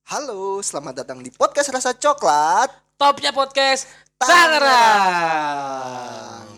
Halo, selamat datang di podcast Rasa Coklat Topnya podcast Tangerang.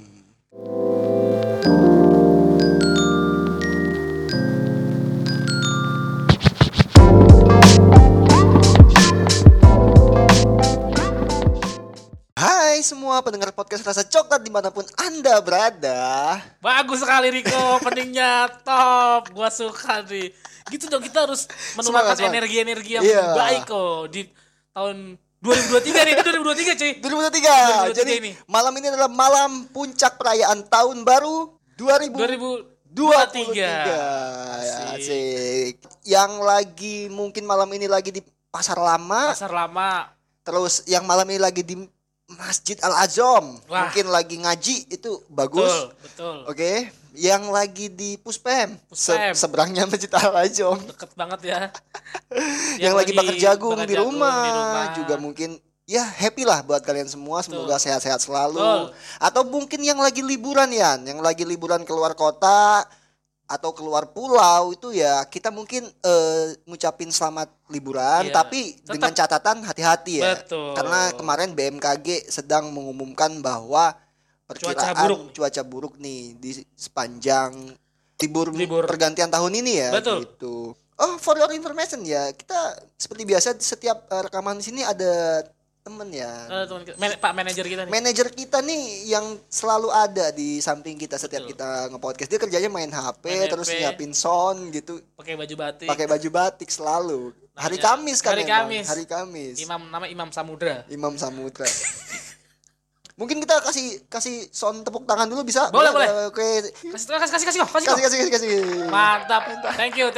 Hai semua pendengar podcast Rasa Coklat dimanapun Anda berada. Bagus sekali Riko, openingnya top. Gua suka nih. Gitu dong, kita harus menularkan Semangat. energi-energi yang Iya. baik kok di tahun 2023 nih. Ini 2023 cuy. 2023. 2023 Jadi ini. malam ini adalah malam puncak perayaan tahun baru 2023. 2023. Asik. Yang lagi mungkin malam ini lagi di Pasar Lama. Pasar Lama. Terus yang malam ini lagi di Masjid Al-Azham. Wah. Mungkin lagi ngaji, itu bagus. Betul. Oke, yang lagi di Puspem, Puspem. seberangnya Masjid Al-Azham. Deket banget ya. Yang lagi bakar jagung bakar di jagung rumah juga mungkin ya happy lah buat kalian semua. Semoga sehat-sehat selalu. Betul. Atau mungkin yang lagi liburan ya, yang lagi liburan keluar kota atau keluar pulau itu ya kita mungkin ngucapin selamat liburan, Iya. tapi dengan catatan hati-hati ya. Betul. Karena kemarin BMKG sedang mengumumkan bahwa perkiraan cuaca buruk nih di sepanjang libur pergantian tahun ini ya. Betul. Gitu. Oh, for your information ya, kita seperti biasa setiap rekaman sini ada temen ya. Teman kita, Pak manajer kita nih. Manajer kita nih yang selalu ada di samping kita setiap kita nge-podcast. Dia kerjanya main HP, terus nyiapin sound gitu. Pakai baju batik. Pakai baju batik selalu. Hari Kamis kan memang. Hari Kamis. Nama Imam Samudra. Imam Samudra. Mungkin kita kasih sound tepuk tangan dulu bisa? Boleh. Oke. Kasih. Kasih. Mantap. Thank you.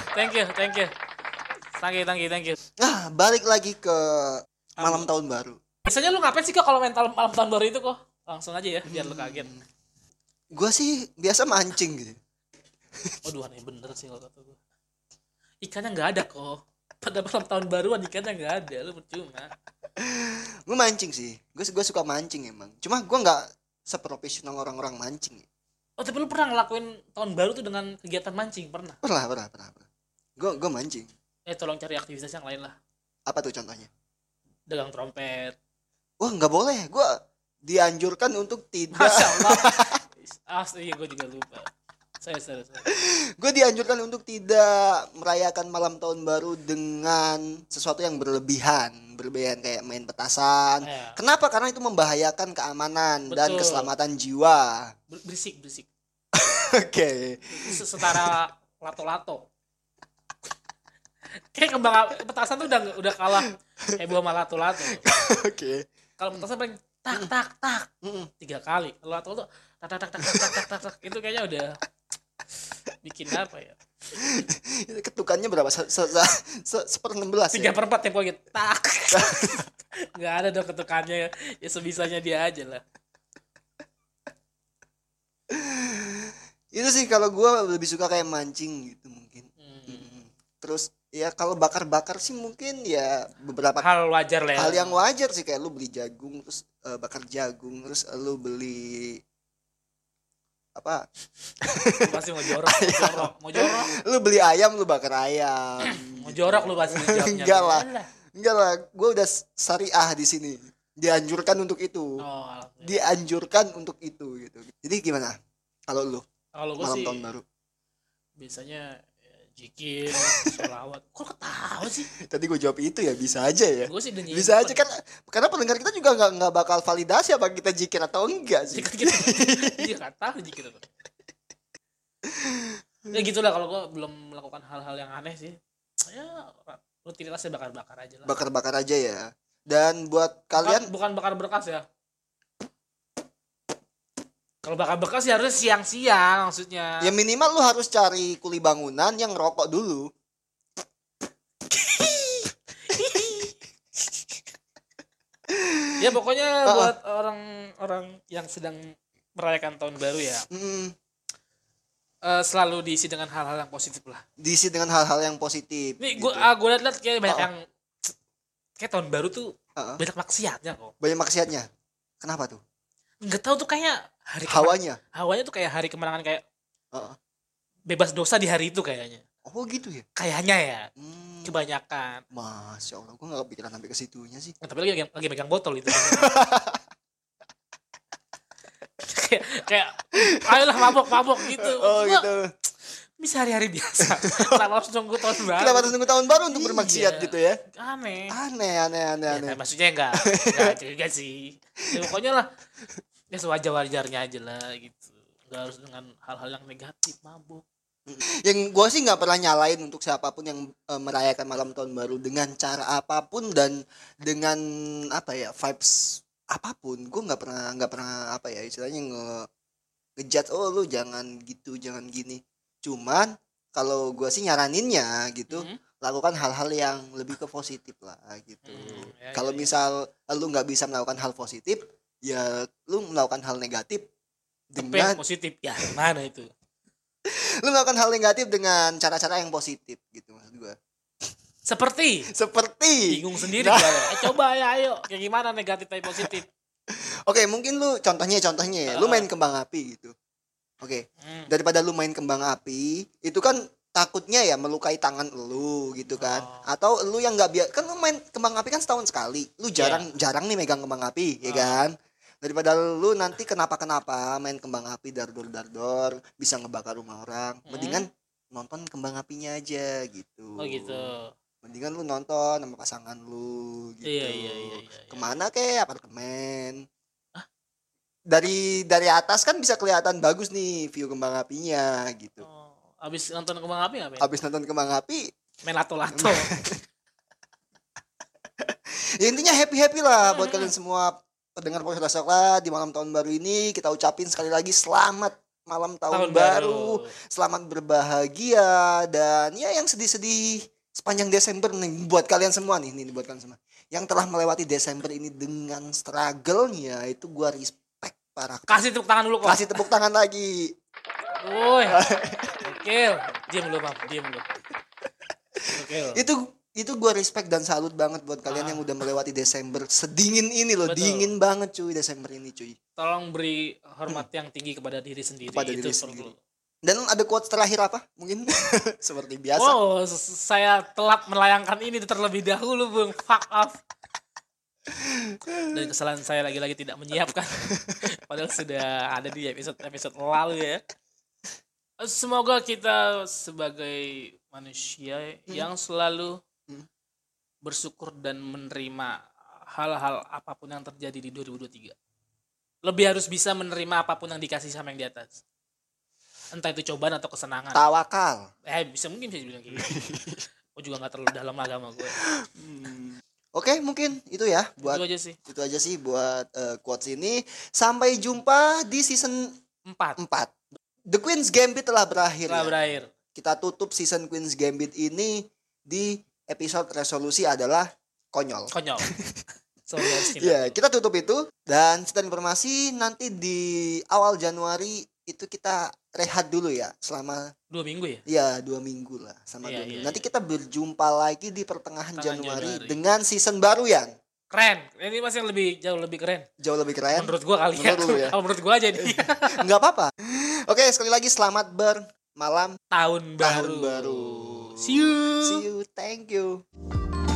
Nah, balik lagi ke malam tahun baru. Biasanya lu ngapain sih kok kalau malam tahun baru itu kok? Langsung aja ya biar lu kaget. Gua sih biasa mancing gitu. Waduh aneh bener sih kalau kata gua. Ikannya nggak ada kok. Pada malam tahun baruan ikannya nggak ada, lu percuma. Gue mancing sih. Gue suka mancing emang. Cuma gue nggak seprofesional orang-orang mancing. Oh tapi lu pernah ngelakuin tahun baru tuh dengan kegiatan mancing? Pernah? Pernah. Gue mancing. Tolong cari aktivitas yang lain lah. Apa tuh contohnya? Dagang trompet. Wah nggak boleh. Gue dianjurkan untuk tidak. Masya Allah. Iya gue juga lupa. Saya. Gue dianjurkan untuk tidak merayakan malam tahun baru dengan sesuatu yang berlebihan kayak main petasan. Kenapa? Karena itu membahayakan keamanan dan keselamatan jiwa. Berisik. Oke. Setara lato-lato. Kayak kembang petasan tuh udah kalah heboh sama lato-lato. Oke. Kalau petasan paling tak 3 kali. Kalau lato-lato tak itu kayaknya udah bikin apa ya? Ketukannya berapa? 1/16 ya? 3/4 tempo gitu. Tak. Enggak ada dong ketukannya. Ya sebisanya dia aja lah. Itu sih kalau gue lebih suka kayak mancing gitu mungkin. Terus ya kalau bakar-bakar sih mungkin ya beberapa hal wajar lah ya. Hal yang wajar sih kayak lu beli jagung terus bakar jagung terus lu beli apa? Pasti mau jorok. Lu beli ayam lu bakar ayam. Mau jorok lu pasti jawabnya. Enggak lah. Gue udah syariah di sini. Dianjurkan untuk itu. Dianjurkan untuk itu gitu. Jadi gimana? Kalau lu? Kalau gue malam sih tahun baru. Biasanya zikir, sholawat. Kok ketawa sih? Tadi gue jawab itu ya bisa aja ya. Gue sih udah nyimpen. Bisa aja kan karena pendengar kita juga nggak bakal validasi apa kita zikir atau enggak sih. Dia nggak tahu zikir apa. Ya gitulah kalau gue belum melakukan hal-hal yang aneh sih. Ya rutinitasnya bakar-bakar aja lah. Bakar-bakar aja ya. Dan buat kalian bukan bakar berkas ya. Kalau bakar bekas ya harusnya siang-siang maksudnya. Ya minimal lu harus cari kuli bangunan yang rokok dulu. Ya pokoknya buat orang-orang yang sedang merayakan tahun baru ya. Selalu diisi dengan hal-hal yang positif lah. Diisi dengan hal-hal yang positif. Nih gue liat kayak banyak yang kayak tahun baru tuh banyak maksiatnya kok. Banyak maksiatnya. Kenapa tuh? Nggak tahu tuh kayak hawanya tuh kayak hari kemenangan kayak bebas dosa di hari itu kayaknya. Oh gitu ya. Kayaknya ya. Hmm. Kebanyakan. Masya Allah, gue gak kepikiran sampai ke situnya sih. Tapi lagi megang botol itu. kayak ayolah mabok gitu. Oh Cuma, gitu. bisa hari-hari biasa. Kenapa harus nunggu tahun baru? Kenapa harus nunggu tahun baru untuk Iya. bermaksiat gitu ya? Aneh. Aneh. Ya, maksudnya enggak juga sih. Ya, pokoknya lah ya sewajar-wajarnya aja lah gitu. Enggak harus dengan hal-hal yang negatif, mabuk. Yang gue sih nggak pernah nyalain untuk siapapun yang merayakan malam tahun baru dengan cara apapun dan dengan apa ya vibes apapun. Gue nggak pernah apa ya istilahnya ngejudge, oh lu jangan gitu jangan gini. Cuman kalau gue sih nyaraninnya gitu, lakukan hal-hal yang lebih ke positif lah gitu. Kalau misal lu nggak bisa melakukan hal positif, ya lu melakukan hal negatif dengan positif ya mana itu? Lu melakukan hal negatif dengan cara-cara yang positif gitu maksud gue. Seperti bingung sendiri Nah. gue. Coba ya ayo kayak gimana negatif tapi positif. Oke, mungkin lu contohnya ya, lu main kembang api gitu. Oke. Daripada lu main kembang api, itu kan takutnya ya melukai tangan lu gitu kan. Atau lu yang enggak kan lu main kembang api kan setahun sekali. Lu jarang nih megang kembang api, ya kan? Daripada lu nanti kenapa main kembang api dardor bisa ngebakar rumah orang, mendingan nonton kembang apinya aja gitu. Oh gitu. Mendingan lu nonton sama pasangan lu gitu. Iya. Kemana kek apartemen? Dari atas kan bisa kelihatan bagus nih view kembang apinya gitu. Abis nonton kembang api ngapain? Abis nonton kembang api main lato-lato. Ya intinya happy lah buat kalian semua pendengar podcast Sokla di malam tahun baru ini. Kita ucapin sekali lagi selamat malam tahun baru. Selamat berbahagia dan ya yang sedih-sedih sepanjang Desember nih buat kalian semua nih buat kalian semua yang telah melewati Desember ini dengan struggle-nya, itu gua respect parah. Kasih tepuk tangan dulu kok. Kasih tepuk tangan lagi. Woi. Oke, diam lu. Oke. Itu gue respect dan salut banget buat kalian yang udah melewati Desember sedingin ini loh. Betul. Dingin banget cuy Desember ini cuy. Tolong beri hormat yang tinggi kepada diri sendiri. Kepada diri sendiri. Dan ada quotes terakhir apa? Mungkin seperti biasa. Oh, saya telat melayangkan ini terlebih dahulu, Bung. Fuck off. Dan kesalahan saya lagi-lagi tidak menyiapkan. Padahal sudah ada di episode lalu ya. Semoga kita sebagai manusia yang selalu bersyukur dan menerima hal-hal apapun yang terjadi di 2023. Lebih harus bisa menerima apapun yang dikasih sama yang di atas. Entah itu cobaan atau kesenangan. Tawakal. Mungkin bisa dibilang gitu. Gue juga gak terlalu dalam agama gue. Oke, mungkin itu ya buat itu aja sih buat quotes ini. Sampai jumpa di season 4. The Queen's Gambit telah berakhir. Kita tutup season Queen's Gambit ini di episode resolusi adalah konyol. Ya, kita tutup itu dan setelah informasi nanti di awal Januari itu kita rehat dulu ya selama 2 minggu ya? Iya, 2 minggu lah sama 2 minggu. Nanti kita berjumpa lagi di pertengahan Januari dengan season baru ya. Keren. Ini masih jauh lebih keren. Jauh lebih keren. Menurut gua kali ya. Kalau menurut gua aja nih. Enggak apa-apa. Oke, sekali lagi selamat bermalam tahun baru. See you. Thank you.